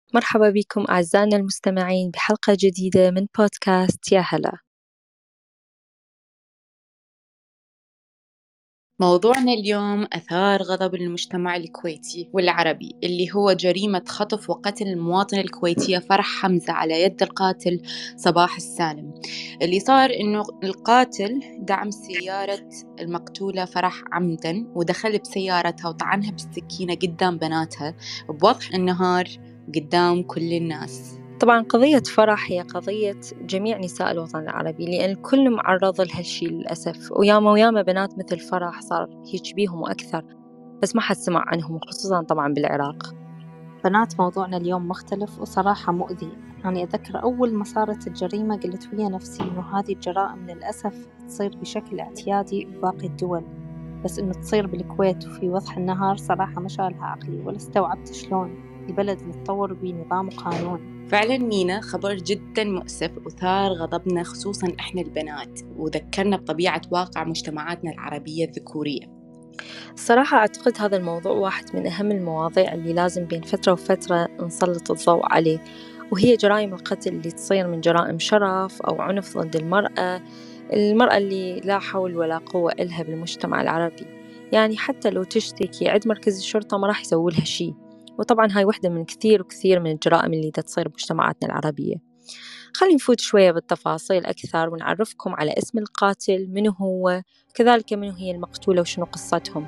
مرحبا بكم أعزائنا المستمعين بحلقة جديدة من بودكاست يا هلا. موضوعنا اليوم أثار غضب المجتمع الكويتي والعربي اللي هو جريمة خطف وقتل المواطنة الكويتية فرح حمزة على يد القاتل صباح السالم. اللي صار إنه القاتل دعم سيارة المقتولة فرح عمدا ودخل بسيارتها وطعنها بالسكينة قدام بناتها بوضح النهار قدام كل الناس. طبعا قضية فرح هي قضية جميع نساء الوطن العربي، لأن الكل معرض لهالشي للأسف، وياما بنات مثل فرح صار هيك بيهم وأكثر، بس ما حد سمع عنهم، وخصوصا طبعا بالعراق. بنات موضوعنا اليوم مختلف وصراحة مؤذي. يعني أذكر أول ما صارت الجريمة قلت ويا نفسي إنه هذه الجرائم للأسف تصير بشكل اعتيادي بباقي الدول، بس إنه تصير بالكويت وفي وضح النهار صراحة ما شالها عقلي ولا استوعبت شلون البلد متطور بنظام وقانون. فعلا مينا، خبر جدا مؤسف وثار غضبنا خصوصا إحنا البنات، وذكرنا بطبيعة واقع مجتمعاتنا العربية الذكورية. الصراحة أعتقد هذا الموضوع واحد من أهم المواضيع اللي لازم بين فترة وفترة نسلط الضوء عليه، وهي جرائم القتل اللي تصير من جرائم شرف أو عنف ضد المرأة اللي لا حول ولا قوة إلها بالمجتمع العربي. يعني حتى لو تشتكي عند مركز الشرطة ما راح يسوي لها شيء. وطبعا هاي واحدة من كثير من الجرائم اللي دا تصير بمجتمعاتنا العربية. خلينا نفوت شوية بالتفاصيل أكثر ونعرفكم على اسم القاتل منو هو، كذلك منو هي المقتولة وشنو قصتهم.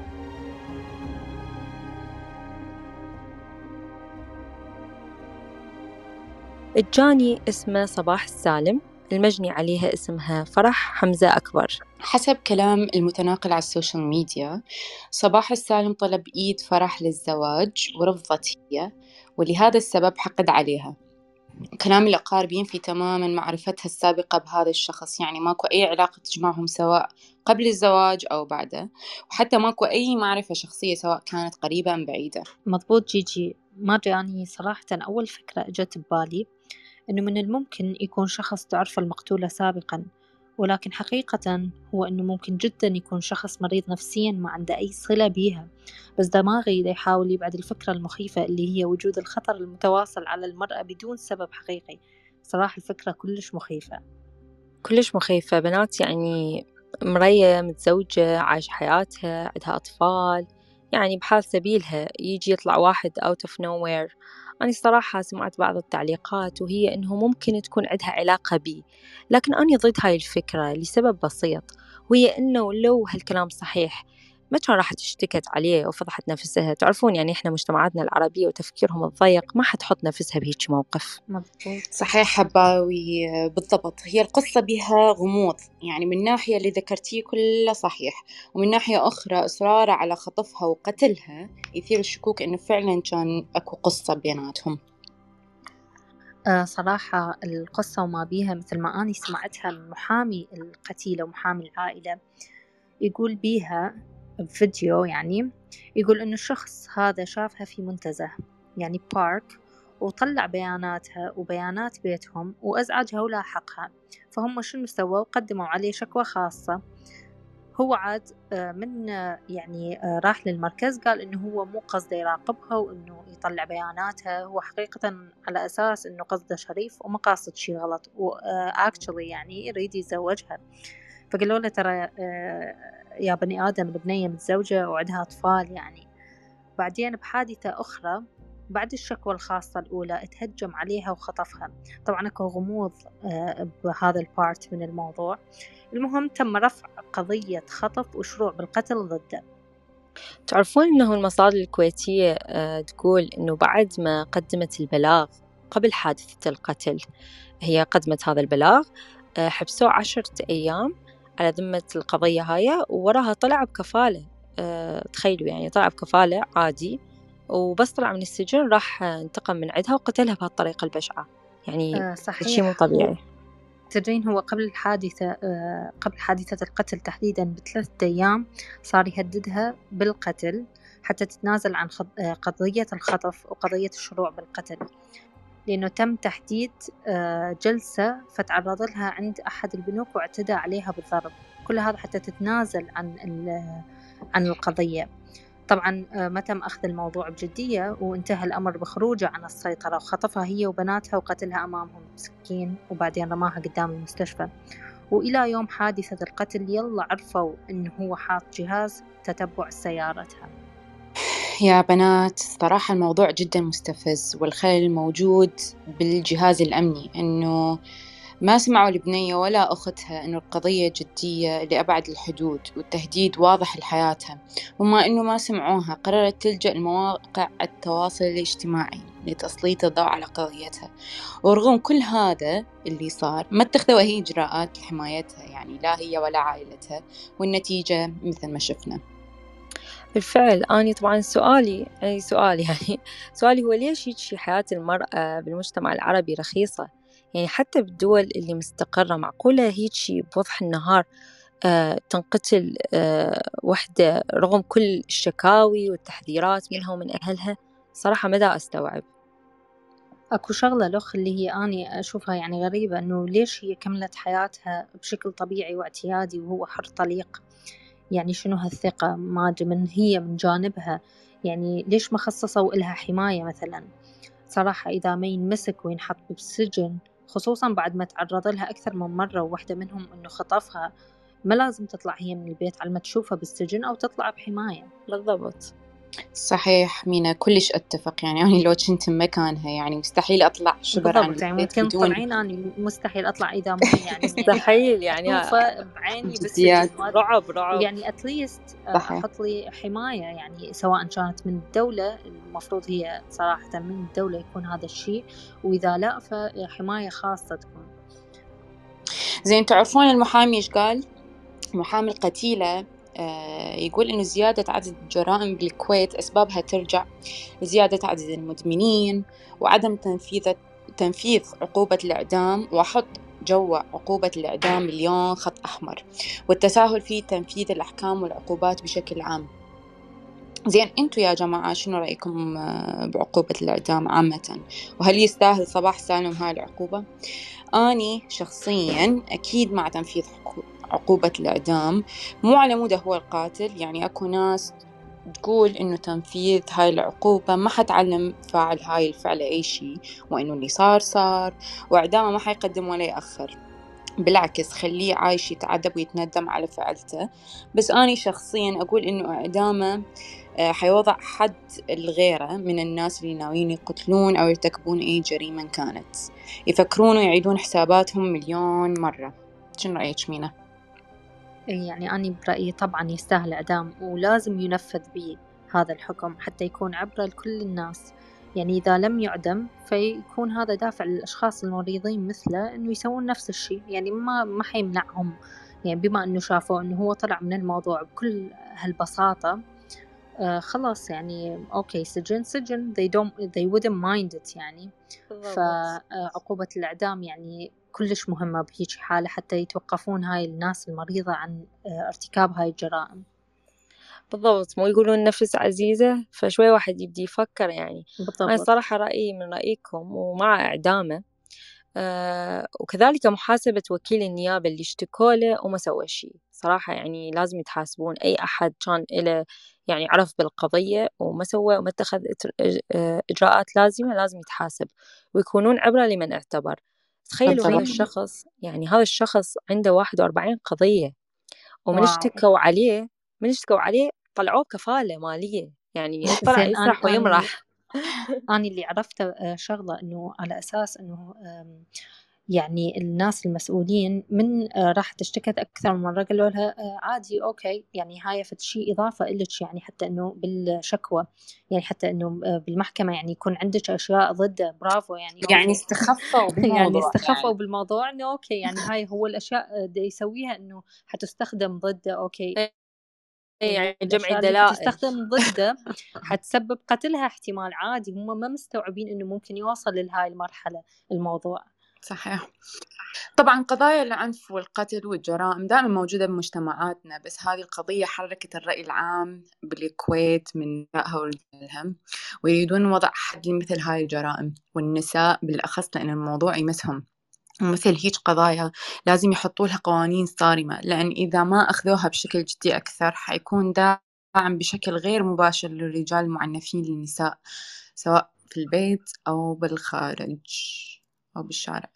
الجاني اسمه صباح السالم، المجني عليها اسمها فرح حمزة أكبر. حسب كلام المتناقل على السوشيال ميديا، صباح السالم طلب إيد فرح للزواج ورفضت هي، ولهذا السبب حقد عليها. كلام الأقارب ينفي تماما معرفتها السابقة بهذا الشخص، يعني ماكو أي علاقة تجمعهم سواء قبل الزواج أو بعده، وحتى ماكو أي معرفة شخصية سواء كانت قريبة أم بعيدة. مضبوط جيجي، ما جاني صراحة أول فكرة أجت ببالي إنه من الممكن يكون شخص تعرف المقتولة سابقاً، ولكن حقيقة هو إنه ممكن جداً يكون شخص مريض نفسياً ما عنده أي صلة بيها، بس دماغي دا يحاول يبعد الفكرة المخيفة اللي هي وجود الخطر المتواصل على المرأة بدون سبب حقيقي. صراحة الفكرة كلش مخيفة. كلش مخيفة بنات، يعني مرية متزوجة عايشة حياتها عندها أطفال، يعني بحال سبيلها يجي يطلع واحد out of nowhere. أنا صراحة سمعت بعض التعليقات وهي إنه ممكن تكون عندها علاقة بي، لكن أنا ضد هاي الفكرة لسبب بسيط، وهي إنه لو هالكلام صحيح ما كان راح تشتكت عليه وفضحت نفسها. تعرفون يعني إحنا مجتمعاتنا العربية وتفكيرهم الضيق ما حتحط نفسها بهيك موقف. مضبوط. صحيح حباوي، بالضبط. هي القصة بها غموض، يعني من ناحية اللي ذكرتيه كله صحيح، ومن ناحية أخرى إصراره على خطفها وقتلها يثير الشكوك إنه فعلا كان أكو قصة بيناتهم. صراحة القصة وما بيها مثل ما أني سمعتها من محامي القتيلة ومحامي العائلة، يقول بيها بفيديو، يعني يقول إنه الشخص هذا شافها في منتزه يعني بارك، وطلع بياناتها وبيانات بيتهم وأزعجها ولاحقها. فهم شنو سووا؟ قدموا عليه شكوى خاصة. هو عاد من يعني راح للمركز قال إنه هو مو قصده يراقبها وإنه يطلع بياناتها، هو حقيقة على أساس إنه قصده شريف وما قاصد شي غلط، وآكتشلي يعني يريد يتزوجها. فقالوا له ترى يا بني آدم البنية متزوجة وعندها أطفال يعني. بعدين بحادثة أخرى بعد الشكوى الخاصة الأولى تهجم عليها وخطفها. طبعا أكو غموض بهذا البارت من الموضوع. المهم تم رفع قضية خطف وشروع بالقتل ضده. تعرفون إنه المصادر الكويتية تقول إنه بعد ما قدمت البلاغ قبل حادثة القتل، هي قدمت هذا البلاغ، حبسوه 10 أيام على ذمة القضية هاي، ووراها طلع بكفالة. تخيلوا يعني طلع بكفالة عادي، وبس طلع من السجن راح انتقم من عندها وقتلها بهالطريقة البشعة. يعني شيء مو صحيح. طبيعي. تدرين هو قبل الحادثة قبل حادثة القتل تحديدا ب3 أيام صار يهددها بالقتل حتى تتنازل عن قضية الخطف وقضية الشروع بالقتل، لأنه تم تحديد جلسة فتعرض لها عند أحد البنوك واعتدى عليها بالضرب. كل هذا حتى تتنازل عن القضية. طبعا ما تم أخذ الموضوع بجدية، وانتهى الأمر بخروجه عن السيطرة، وخطفها هي وبناتها وقتلها أمامهم بسكين، وبعدين رماها قدام المستشفى. وإلى يوم حادثة القتل يلا عرفوا إنه هو حاط جهاز تتبع سيارتها. يا بنات صراحة الموضوع جدا مستفز، والخلل الموجود بالجهاز الأمني إنه ما سمعوا لبنية ولا أختها إنه القضية جدية لأبعد الحدود والتهديد واضح لحياتها، وما إنه ما سمعوها قررت تلجأ لمواقع التواصل الاجتماعي لتسليط الضوء على قضيتها. ورغم كل هذا اللي صار ما اتخذوا أي إجراءات لحمايتها، يعني لا هي ولا عائلتها، والنتيجة مثل ما شفنا. بالفعل أنا طبعا سؤالي يعني سؤالي هو ليش هيك حياة المرأة بالمجتمع العربي رخيصة؟ يعني حتى بالدول اللي مستقرة معقولة هيك بوضح النهار تنقتل وحدة رغم كل الشكاوي والتحذيرات منها ومن أهلها؟ صراحة مدى أستوعب. أكو شغلة لخ اللي هي أنا أشوفها يعني غريبة، إنه ليش هي كملت حياتها بشكل طبيعي واعتيادي وهو حر طليق؟ يعني شنو هالثقة ما من هي من جانبها؟ يعني ليش ما خصصوا إلها حماية مثلا؟ صراحة إذا ما ينمسك وينحط بالسجن، خصوصا بعد ما تعرض لها أكثر من مرة، وواحدة منهم إنه خطفها، ما لازم تطلع هي من البيت على ما تشوفها بالسجن، أو تطلع بحماية. بالضبط. صحيح مينا، كلش أتفق. يعني أنا لو كنت مكانها يعني مستحيل أطلع شبر عن بالضبط، يعني البيت ممكن بدون تطلعين، أنا مستحيل أطلع إذا ما يعني مستحيل يعني أشوفه بعيني جديات. بالسجن، رعب رعب. ويعني أتليست صحيح. أحط لي حماية، يعني سواء كانت من الدولة، المفروض هي صراحة من الدولة يكون هذا الشيء، وإذا لا فحماية خاصة تكون. زين، تعرفون المحامي إيش قال؟ محامي القتيلة يقول إنه زيادة عدد الجرائم بالكويت أسبابها ترجع لزيادة عدد المدمنين، وعدم تنفيذ عقوبة الإعدام، وأحط جوا عقوبة الإعدام مليون خط أحمر، والتساهل في تنفيذ الأحكام والعقوبات بشكل عام. زين، أنتوا يا جماعة شنو رأيكم بعقوبة الإعدام عامة؟ وهل يستاهل صباح سالم هاي العقوبة؟ أني شخصيا أكيد مع تنفيذ عقوبة الإعدام، مو على مود هو القاتل. يعني أكو ناس تقول إنه تنفيذ هاي العقوبة ما حتعلم فاعل هاي الفعل أي شيء، وإنه اللي صار وإعدامه ما حيقدم ولا يأخر، بالعكس خليه عايش يتعذب ويتندم على فعلته. بس أنا شخصيا أقول إنه إعدامه حيوضع حد الغيرة من الناس اللي ناويين يقتلون أو يرتكبون أي جريمة كانت، يفكرون ويعيدون حساباتهم مليون مرة. شنو رأيك مينا؟ يعني أنا برأيي طبعا يستاهل إعدام، ولازم ينفذ به هذا الحكم حتى يكون عبرة لكل الناس. يعني إذا لم يعدم فيكون هذا دافع للأشخاص المريضين مثله إنه يسوون نفس الشيء، يعني ما حيمنعهم. يعني بما إنه شافوا إنه هو طلع من الموضوع بكل هالبساطة، خلاص يعني أوكي، سجن they wouldn't mind it يعني. بالضبط. فعقوبة الإعدام يعني كلش مهمة بهيج حالة، حتى يتوقفون هاي الناس المريضة عن ارتكاب هاي الجرائم. بالضبط، مو يقولون النفس عزيزة، فشوي واحد يبدي يفكر يعني. أنا بالضبط. صراحة رأيي من رأيكم ومع إعدامه. وكذلك محاسبة وكيل النيابة اللي اشتكوا له وما سوى شيء. صراحة يعني لازم يتحاسبون أي أحد كان له يعني عرف بالقضية وما سوى وما اتخذ إجراءات لازمة، لازم يتحاسب ويكونون عبرة لمن اعتبر. تخيلوا هذا بالضبط. الشخص، يعني هذا الشخص عنده 41 قضية، ومن واو. اشتكوا عليه طلعوه كفالة مالية، يعني طلع زين، يسرح ويمرح. أنا اللي عرفته شغلة إنه على أساس إنه يعني الناس المسؤولين من راحت اشتكت أكثر من مرة، قالوا لها عادي أوكي، يعني هاي فد شيء إضافة إلك، يعني حتى إنه بالشكوى، يعني حتى إنه بالمحكمة يعني يكون عندك أشياء ضده، برافو يعني يعني أوكي. استخفوا يعني بالموضوع استخفوا يعني. بالموضوع إنه أوكي، يعني هاي هو الأشياء دا يسويها إنه حتستخدم ضده، أوكي. يعني جمع الأشياء اللي دلائل. حتستخدم ضده حتسبب قتلها احتمال، عادي، هم ما مستوعبين إنه ممكن يوصل لهاي المرحلة الموضوع. صحيح. طبعا قضايا العنف والقتل والجرائم دائما موجودة بمجتمعاتنا، بس هذه القضية حركت الرأي العام بالكويت من نسائها ورجالها، ويريدون وضع حد لمثل هاي الجرائم، والنساء بالأخص لأن الموضوع يمسهم. ومثل هيج قضايا لازم يحطوا لها قوانين صارمة، لأن إذا ما أخذوها بشكل جدي أكثر حيكون دعم بشكل غير مباشر للرجال المعنفين للنساء، سواء في البيت أو بالخارج أو بالشارع.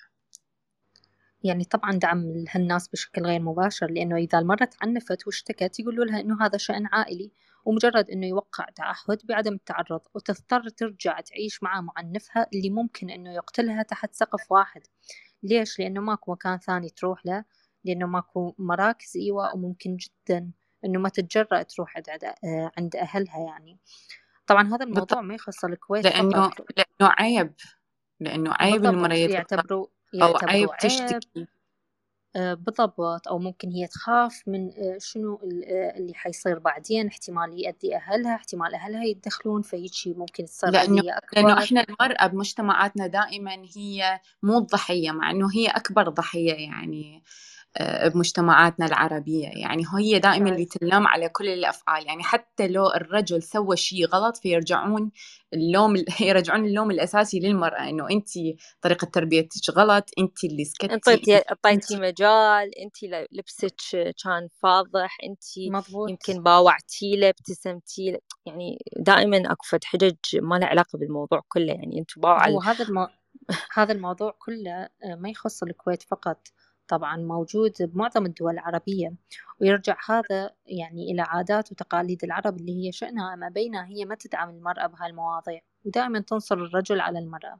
يعني طبعا دعم هالناس بشكل غير مباشر، لأنه إذا المرأة تعنفت واشتكت يقولوا لها إنه هذا شأن عائلي، ومجرد إنه يوقع تعهد بعدم التعرض وتضطر ترجع تعيش مع معنفها اللي ممكن إنه يقتلها تحت سقف واحد. ليش؟ لأنه ماكو مكان ثاني تروح له، لأنه ماكو مراكز إيواء، وممكن جدا إنه ما تتجرأ تروح عند أهلها يعني. طبعا هذا بالضبط، الموضوع ما يخص الكويت لأنه فقط. عيب، لأنه عيب المرأة بالضبط، يتطلع، أو يعتبروا عيب عيب. تشتكي. بالضبط، أو ممكن هي تخاف من شنو اللي حيصير بعدين، احتمال يأذي أهلها، احتمال أهلها يتدخلون فيجي ممكن تصير لأنه أذية لأنه أكبر. إحنا المرأة بمجتمعاتنا دائما هي مو الضحية، مع إنه هي أكبر ضحية يعني بمجتمعاتنا العربية. يعني هي دائما اللي صحيح. تلام على كل الأفعال، يعني حتى لو الرجل سوى شيء غلط فيرجعون اللوم يرجعون اللوم الأساسي للمرأة، إنه أنت طريقة تربيتك غلط، أنت اللي سكتي، أنت. أعطيتي مجال، أنت لبسك كان فاضح، أنت مضبوط. يمكن باوعتي له، ابتسمتي له. يعني دائما أكو فد حجج ما له علاقة بالموضوع كله، يعني أنتم باوع هو هذا الموضوع كله ما يخص الكويت فقط، طبعا موجود بمعظم الدول العربية، ويرجع هذا يعني إلى عادات وتقاليد العرب اللي هي شأنها ما بينها هي ما تدعم المرأة بهالمواضيع، ودائما تنصر الرجل على المرأة.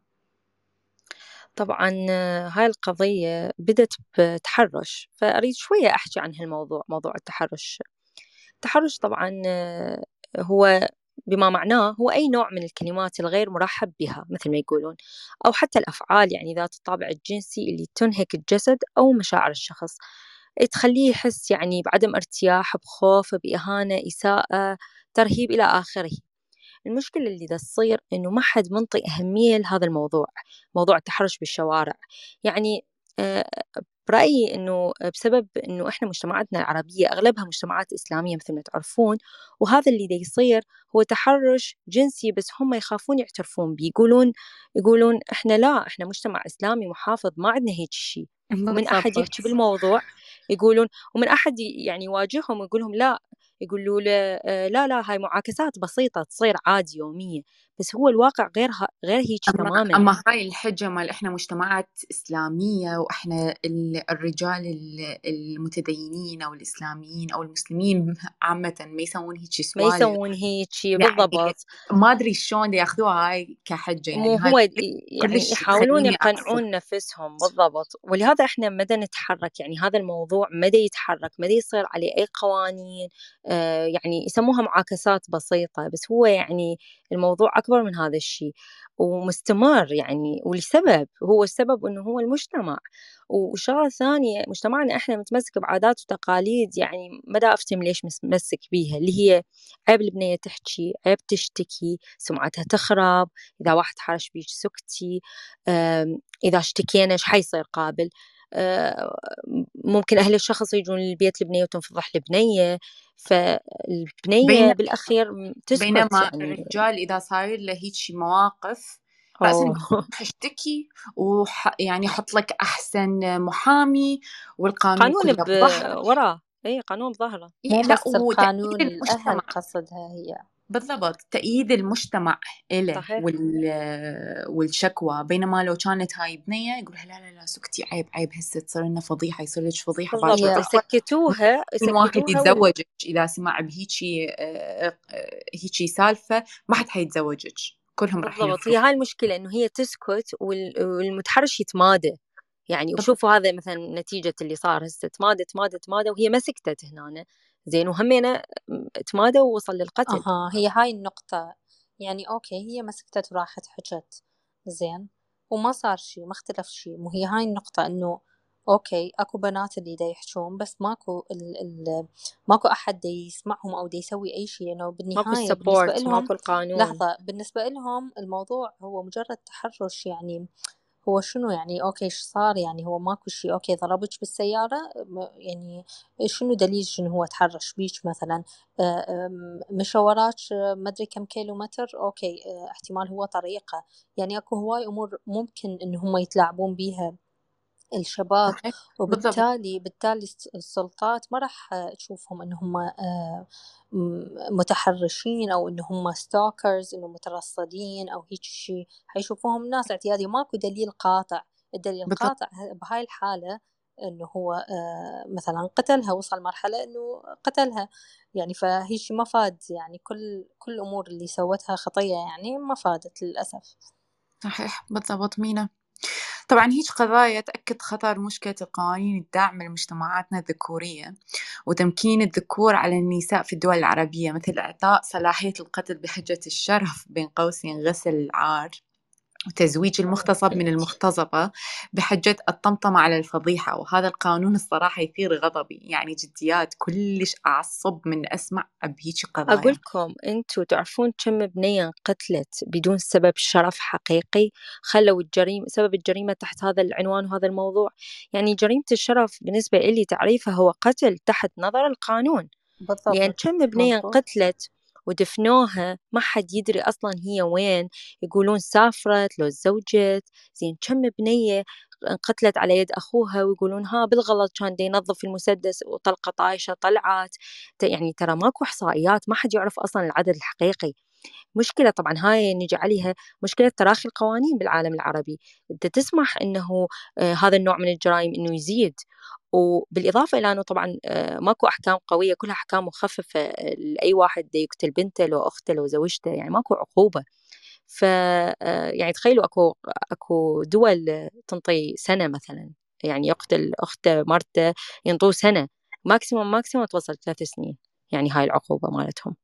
طبعا هاي القضية بدت بتحرش، فأريد شوية أحكي عن هالموضوع، موضوع التحرش. التحرش طبعا هو بما معناه هو أي نوع من الكلمات الغير مرحب بها مثل ما يقولون، أو حتى الأفعال يعني ذات الطابع الجنسي اللي تنهك الجسد أو مشاعر الشخص، تخليه يحس يعني بعدم ارتياح، بخوف، بإهانة، إساءة، ترهيب إلى آخره. المشكلة اللي دا تصير إنه ما حد منطي أهمية لهذا الموضوع، موضوع التحرش بالشوارع. يعني آه، برأيي إنه بسبب إنه إحنا مجتمعاتنا العربية أغلبها مجتمعات إسلامية مثل ما تعرفون، وهذا اللي دا يصير هو تحرش جنسي، بس هم يخافون يعترفون بيه، يقولون إحنا لا، إحنا مجتمع إسلامي محافظ ما عندنا هيك شيء. ومن أحد بالضبط. يحكي بالموضوع يقولون، ومن أحد يعني يواجههم ويقول لهم لا، يقولوا له لا لا، هاي معاكسات بسيطة تصير عادي يومية. بس هو الواقع غير هيك تماما. أما هاي الحجة مال إحنا مجتمعات إسلامية، وإحنا الرجال المتدينين أو الإسلاميين أو المسلمين عامة ما يسوون هيك ما سوالف. يسوون هيك شيء يعني بالضبط. ما أدري شلون ياخذوها هاي كحجة، مو يعني هاي هو يعني كلش يحاولون تخليني أعصب. يقنعون نفسهم بالضبط، ولهذا احنا مدى نتحرك، يعني هذا الموضوع مدى يتحرك، مدى يصير عليه أي قوانين. يعني يسموها معاكسات بسيطة، بس هو يعني الموضوع أكبر من هذا الشيء ومستمر يعني. ولسبب، هو السبب إنه هو المجتمع. والشغلة الثانية، مجتمعنا احنا متمسك بعادات وتقاليد، يعني مدى أفتهم ليش متمسك بيها، اللي هي عيب البنية تحكي، عيب تشتكي، سمعتها تخرب، إذا واحد حرش بيك سكتي، إذا اشتكينا إيش حيصير قابل. ممكن أهل الشخص يجون للبيت البنية وتنفضح البنية، فالبنية بين بالأخير تسكت بينما يعني. الرجال إذا صاير له هيك مواقف رأسا أوه. يقول روح اشتكي، يعني حط لك أحسن محامي، والقانون قانون كله بظهرك. وراه، أي قانون بظهره. مو لا، بس وتأييد القانون، المجتمع. الأهل قصدها هي. بالضبط، تأييد المجتمع إله صحيح. والشكوى. بينما لو كانت هاي بنية يقول لا لا لا سكتي، عيب عيب، هسه تصير لنا فضيحة، يصير لك فضيحة باكر بالضبط، هي ظهرك. يسكتوها ممكن واحد يسكتوها يتزوجك إذا سمع بهيجي هيجي سالفة، ما حد حيتزوجك، كلهم راح بالضبط، هي يرفضوا. هاي المشكلة، إنه هي تسكت والمتحرش يتمادى. يعني وشوفوا هذا مثلا نتيجة اللي صار هسه، تمادى تمادى تمادى وهي ما سكتت هنا. زين، وهمينا تمادى ووصل للقتل. هي هاي النقطة. يعني أوكي، هي ما سكتت وراحت حكت، زين، وما صار شي، ما اختلف شي. مو هي هاي النقطة، إنه أوكي أكو بنات اللي دا يحجون، بس ماكو ماكو أحد دا يسمعهم أو دا يسوي أي شي، لأنه ماكو بالنهاية بالنسبة السبورت، لهم، ماكو القانون. لحظة، بالنسبة لهم الموضوع هو مجرد تحرش يعني. هو شنو يعني؟ أوكي إيش صار يعني؟ هو ماكو شي، أوكي ضربك بالسيارة، يعني شنو دليل شنو هو تحرش بيش مثلا؟ مشى وراك ما أدري كم كيلو متر، أوكي احتمال هو طريقة. يعني أكو هواي أمور ممكن إن هم يتلاعبون بيها الشباب. صحيح. بالضبط. وبالتالي السلطات ما راح تشوفهم إن هم متحرشين أو إن هم ستوكرز، إنه مترصدين أو هيك شيء. حيشوفوهم ناس اعتيادي، ماكو دليل قاطع. الدليل بالضبط. القاطع بهاي الحالة إنه هو مثلا قتلها، وصل مرحلة إنه قتلها يعني. فهي شيء ما فاد يعني، كل الأمور اللي سوتها خطية يعني ما فادت للأسف. صحيح. بالضبط مينا. طبعا هيج قضايا تأكد خطر مشكلة القوانين الداعمة لمجتمعاتنا الذكورية وتمكين الذكور على النساء في الدول العربية، مثل إعطاء صلاحية القتل بحجة الشرف بين قوسين غسل العار، وتزويج المغتصب من المغتصبة بحجة الطمطمة على الفضيحة. وهذا القانون الصراحة يثير غضبي، يعني جديات كلش أعصب من أسمع بهيجي قضايا. أقولكم أنتوا تعرفون كم بنية انقتلت بدون سبب شرف حقيقي؟ خلوا الجريمة، سبب الجريمة تحت هذا العنوان وهذا الموضوع. يعني جريمة الشرف بالنسبة إلي تعريفها هو قتل تحت نظر القانون. لأن بالضبط. كم بنية مظبوط. انقتلت ودفنوها ما حد يدري أصلا هي وين، يقولون سافرت لو تزوجت. زين كم بنية انقتلت على يد أخوها ويقولون ها بالغلط كان دي ينظف المسدس وطلقة طايشة طلعت. يعني ترى ماكو إحصائيات، ما حد يعرف أصلا العدد الحقيقي. مشكلة طبعا هاي نجي عليها مشكلة تراخي القوانين بالعالم العربي. أنت تسمح أنه هذا النوع من الجرائم أنه يزيد، وبالإضافة إلى أنه طبعا ماكو أحكام قوية، كلها أحكام مخففة لأي واحد دي يقتل بنته لو أخته لو زوجته، يعني ماكو عقوبة. ف يعني تخيلوا أكو دول تنطي سنة مثلا، يعني يقتل أخته مرته ينطوه سنة، ماكسيموم توصل 3 سنين، يعني هاي العقوبة مالتهم.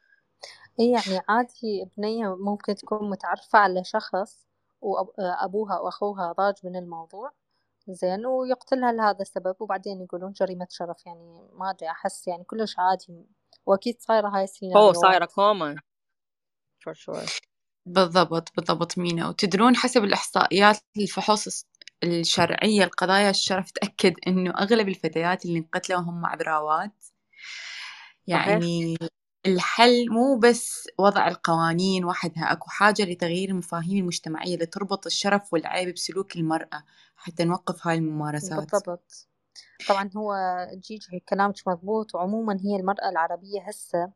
إيه يعني عادي بنية ممكن تكون متعرفة على شخص وأبوها وأخوها ضاج من الموضوع، زين، ويقتلها لهذا السبب، وبعدين يقولون جريمة شرف. يعني ما أدري، أحس يعني كلش عادي، وأكيد صايرة هاي صايرة السيناريوهات. كوما for sure. بالضبط. بالضبط مينا. وتدرون حسب الإحصائيات الفحوص الشرعية القضايا الشرف تأكد إنه أغلب الفتيات اللي انقتلوا هم عذراوات. صحيح. يعني الحل مو بس وضع القوانين وحدها، أكو حاجة لتغيير المفاهيم المجتمعية اللي تربط الشرف والعيب بسلوك المرأة حتى نوقف هاي الممارسات. بالضبط. طبعا هو جيجي كلامك مضبوط. وعموما هي المرأة العربية هسه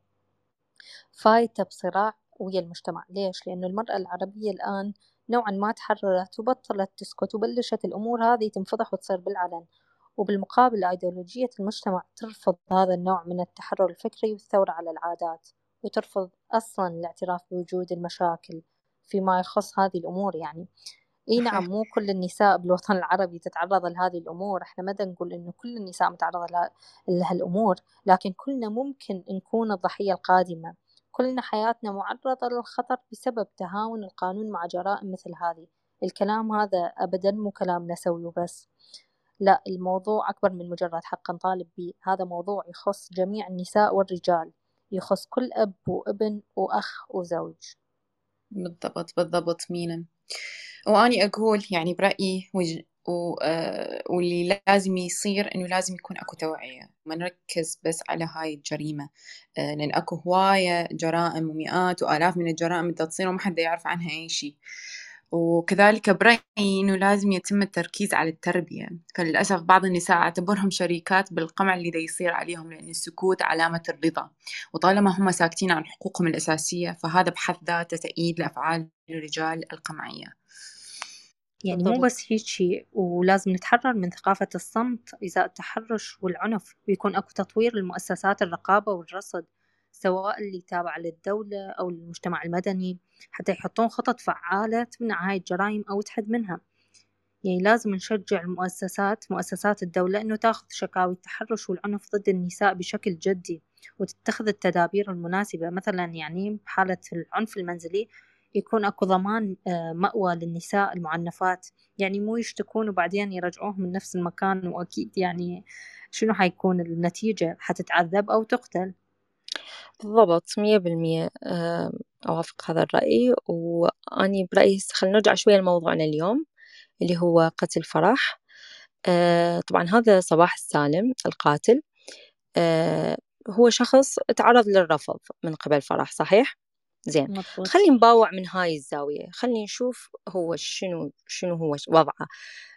فايتة بصراع ويا المجتمع. ليش؟ لأنه المرأة العربية الآن نوعا ما تحررت وبطلت تسكت، وبلشت الأمور هذه تنفضح وتصير بالعلن. وبالمقابل أيديولوجية المجتمع ترفض هذا النوع من التحرر الفكري والثورة على العادات، وترفض أصلا الاعتراف بوجود المشاكل فيما يخص هذه الأمور يعني. اي نعم، صحيح. مو كل النساء بالوطن العربي تتعرض لهذه الأمور. احنا ما نقول إنه كل النساء متعرضة لهالأمور، لكن كلنا ممكن نكون الضحية القادمة. كلنا حياتنا معرضة للخطر بسبب تهاون القانون مع جرائم مثل هذه. الكلام هذا أبدا مو كلام نسوي وبس، لا، الموضوع أكبر من مجرد حق نطالب به. هذا موضوع يخص جميع النساء والرجال، يخص كل أب وابن وأخ وزوج. بالضبط. بالضبط مينا. وأني أقول يعني برأيي واللي لازم يصير إنه لازم يكون أكو توعية، ما نركز بس على هاي الجريمة. لأن أكو هواية جرائم ومئات وآلاف من الجرائم بدها تصير وما حدا يعرف عنها أي شيء. وكذلك برأيي إنه لازم يتم التركيز على التربية. فللأسف بعض النساء اعتبرهم شريكات بالقمع اللي دا يصير عليهم، لأن السكوت علامة الرضا، وطالما هم ساكتين عن حقوقهم الأساسية فهذا بحد ذاته تأييد لأفعال الرجال القمعية. يعني مو بالضبط. بس هيجي، ولازم نتحرر من ثقافة الصمت إزاء التحرش والعنف، ويكون أكو تطوير لمؤسسات الرقابة والرصد، سواء اللي تابعة للدولة أو المجتمع المدني، حتى يحطون خطط فعالة تمنع هاي الجرائم أو تحد منها. يعني لازم نشجع مؤسسات الدولة إنه تاخذ شكاوي التحرش والعنف ضد النساء بشكل جدي، وتتخذ التدابير المناسبة. مثلا يعني بحالة العنف المنزلي يكون أكو ضمان مأوى للنساء المعنفات، يعني مو يشتكون وبعدين يرجعوهم من نفس المكان، وأكيد يعني شنو حيكون النتيجة؟ حتتعذب أو تقتل. بالضبط 100%. أوافق هذا الرأي. وأني برأيي خلينا نرجع شوية لموضوعنا اليوم اللي هو قتل فرح. طبعا هذا صباح السالم القاتل هو شخص تعرض للرفض من قبل فرح، صحيح؟ زين. مضبوط. خلينا نباوع من هاي الزاوية، خلينا نشوف هو شنو هو وضعه.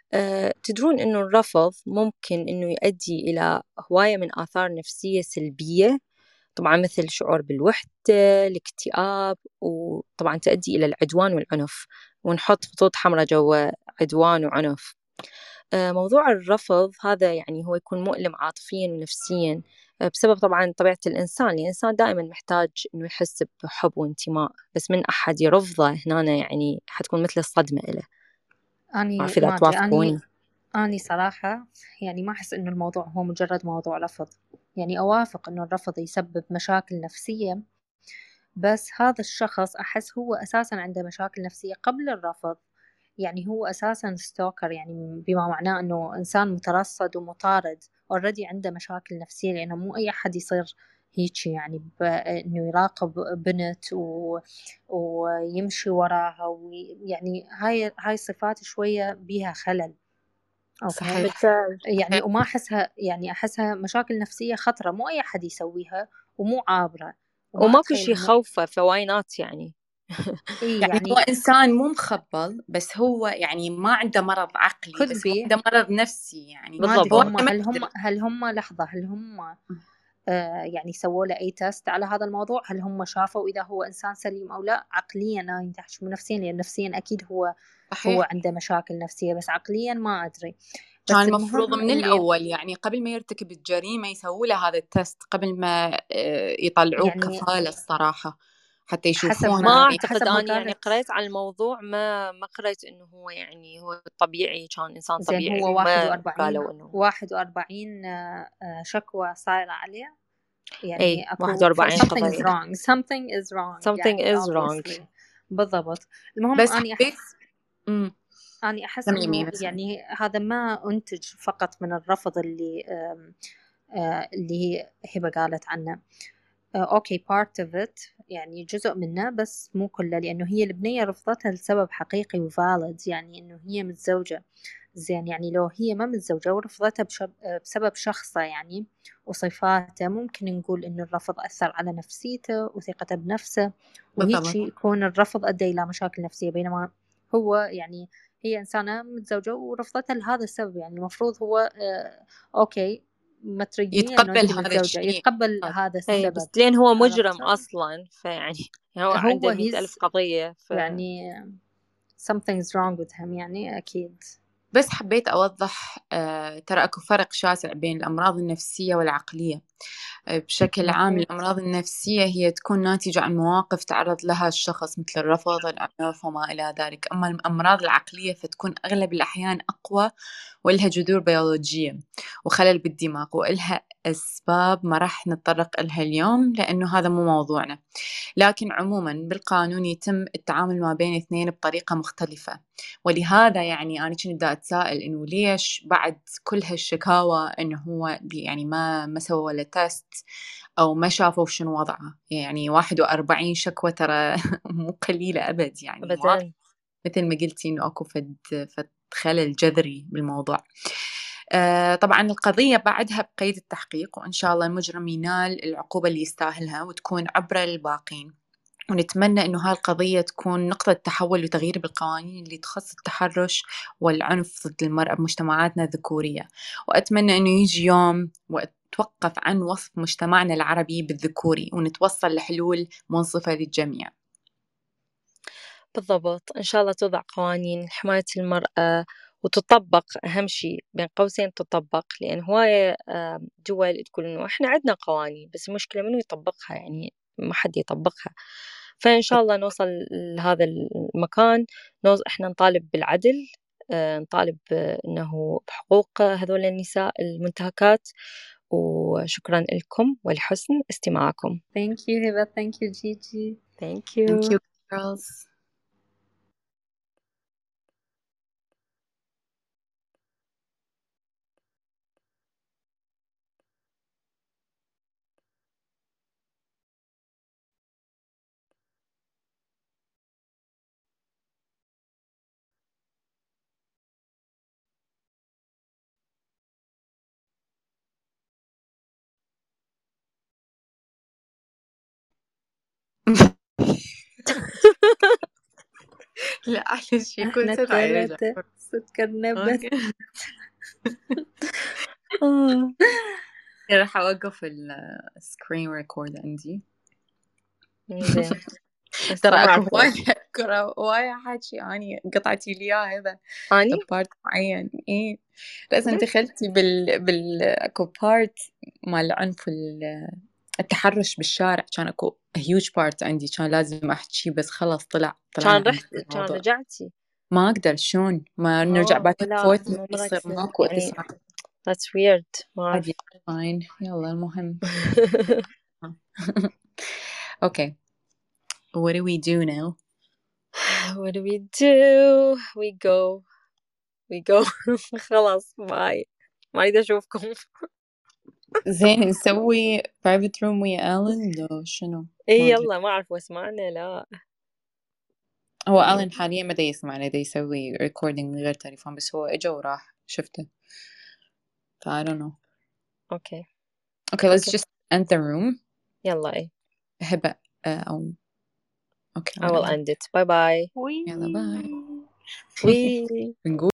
تدرون إنه الرفض ممكن إنه يؤدي إلى هواية من آثار نفسية سلبية، طبعا مثل شعور بالوحدة، الاكتئاب، وطبعا تؤدي إلى العدوان والعنف. ونحط خطوط حمراء جوا عدوان وعنف. موضوع الرفض هذا يعني هو يكون مؤلم عاطفيا ونفسيا، بسبب طبعا طبيعة الإنسان. الإنسان دائما محتاج إنه يحس بحب وانتماء، بس من أحد يرفضه هنا يعني حتكون مثل الصدمة له. ما أني أعرف إذا ما أدري، توافقوني. أني صراحة يعني ما أحس إنه الموضوع هو مجرد موضوع رفض. يعني أوافق إنه الرفض يسبب مشاكل نفسية، بس هذا الشخص أحس هو أساسا عنده مشاكل نفسية قبل الرفض. يعني هو أساسا ستوكر، يعني بما معناه أنه إنسان مترصد ومطارد، already عنده مشاكل نفسية، لأنه مو أي أحد يصير هيك، يعني إنه يراقب بنت ويمشي وراها يعني هاي صفات شوية بيها خلل. أوكي. صحيح. بالفعل. يعني وما أحسها، يعني أحسها مشاكل نفسية خطرة، مو أي أحد يسويها ومو عابرة، وما وماكو أتخيل شي إنه خوفه فواينات يعني. إيه يعني هو يعني إنسان مو مخبل، بس هو يعني ما عنده مرض عقلي، could بس هو be. عنده مرض نفسي يعني. ما أدري بالضبط. هم، فهو ما هل هم يدري. هل هم لحظة، هل هم يعني سووا له أي تست على هذا الموضوع؟ هل هم شافوا إذا هو إنسان سليم أو لا؟ عقليا أنا ينتحش، مو نفسيا، لأن نفسيا أكيد هو صحيح. عنده مشاكل نفسية، بس عقليا ما أدري. كان بس المفروض المهم من اللي الأول يعني قبل ما يرتكب الجريمة يسووا له هذا التست قبل ما يطلعوه يعني كفالة الصراحة، حتى حسب يشوفونه. ما ما أعتقد، حسب ما أنا يعني قالت. قريت عن الموضوع، ما قريت إنه هو يعني هو طبيعي، كان إنسان زين، طبيعي، هو واحد وما وأربعين قالوا إنه. 41 شكوى صايرة عليه. أي يعني أكو 41 something is قضية. wrong, something is wrong something يعني is wrong. obviously. بالضبط. المهم بس أني حبيت. أحس امم أني أحس كملي إنه بس. يعني هذا ما أنتج فقط من الرفض اللي اللي هي هبة قالت عنه. أوكي part of it، يعني جزء منه بس مو كله، لأنه هي البنية رفضتها لسبب حقيقي وفالid، يعني إنه هي متزوجة. زين، يعني لو هي ما متزوجة ورفضتها بسبب شخصه يعني وصفاته، ممكن نقول إنه الرفض أثر على نفسيته وثقته بنفسه، وهيك بالضبط. يكون الرفض أدى إلى مشاكل نفسية. بينما هو يعني هي إنسانة متزوجة ورفضتها لهذا السبب، يعني المفروض هو أوكي، ما تريديني إنه يتقبل أنت هذا متزوجة، الشيء. يتقبل هذا أي بس السبب. لين هو مجرم عرفت؟ أصلا، فيعني هو هو عنده 100,000 هيز قضية يعني something's wrong with him، يعني أكيد. بس حبيت أوضح ترى أكو فرق شاسع بين الأمراض النفسية والعقلية. بشكل عام مظبوط. الأمراض النفسية هي تكون ناتجة عن مواقف تعرض لها الشخص مثل الرفض، العنف وما إلى ذلك. أما الأمراض العقلية فتكون أغلب الأحيان أقوى وإلها جذور بيولوجية وخلل بالدماغ، وإلها أسباب ما راح نتطرق إلها اليوم لأنه هذا مو موضوعنا. لكن عموما بالقانون يتم التعامل ما بين اثنين بطريقة مختلفة. ولهذا يعني أنا كنت دا أتساءل إنه ليش بعد كل هالشكاوى إنه هو يعني ما سوى له تيست أو ما شافوا شنو وضعه. يعني 41 شكوى ترى مو قليلة أبد، يعني واضح أبدا. مثل ما قلتي إنه أكو فد خلل جذري بالموضوع. طبعا القضية بعدها بقيد التحقيق، وإن شاء الله المجرم ينال العقوبة اللي يستاهلها وتكون عبرة للباقين. ونتمنى إنه هاي القضية تكون نقطة تحول وتغيير بالقوانين اللي تخص التحرش والعنف ضد المرأة بمجتمعاتنا الذكورية. وأتمنى إنه يجي يوم وتوقف عن وصف مجتمعنا العربي بالذكوري ونتوصل لحلول منصفة للجميع. بالضبط، إن شاء الله توضع قوانين لحماية المرأة وتطبق، أهم شيء بين قوسين تطبق، لأن هواية دول تقول إنه إحنا عندنا قوانين، بس المشكلة منو يطبقها، يعني ما حد يطبقها. فإن شاء الله نوصل لهذا المكان، إحنا نطالب بالعدل، نطالب إنه بحقوق هذول النساء المنتهكات. وشكرا لكم ولحسن استماعكم. Thank you هبة. Thank you Gigi. Thank Thank you. you girls. لا أحلى شيء كل احنا سنة يرجع. الثلاثة سكرنا بس. أوكي. راح أوقف السكرين ريكورد عندي. زين. ترى ما أكو أعرف وايد حكي أني قطعتي لي إياه هذا أني بارت معين. إيه بس أنت دخلتي أكو بارت مال العنف التحرش بالشارع، كان أكو هيوج بارت عندي كان لازم أحكي، بس خلاص طلعنا كان عن رحت كان الموضوع. رجعتي ما أقدر شلون ما نرجع باك اند لا فورث مو يصير مركزة ماكو يعني اتصال that's weird ما عادي. أعرف. فاين يلا المهم. Okay, what do we do now? What do we do? We go خلاص باي، ما أريد أشوفكم. زين نسوي private room ويا ألين لو شنو؟ إيه ما أدري. يلا ما أعرف واسمعنا لا. هو ألين حاليا ما دا يسمعنا، دا يسوي recording من غير تليفون، بس هو إجا وراح شفته. ف I don't know. Okay Okay, let's just end the room. يلا إيه. هبة أو okay I will whatever. end it. Bye bye. يلا باي. وي بنقول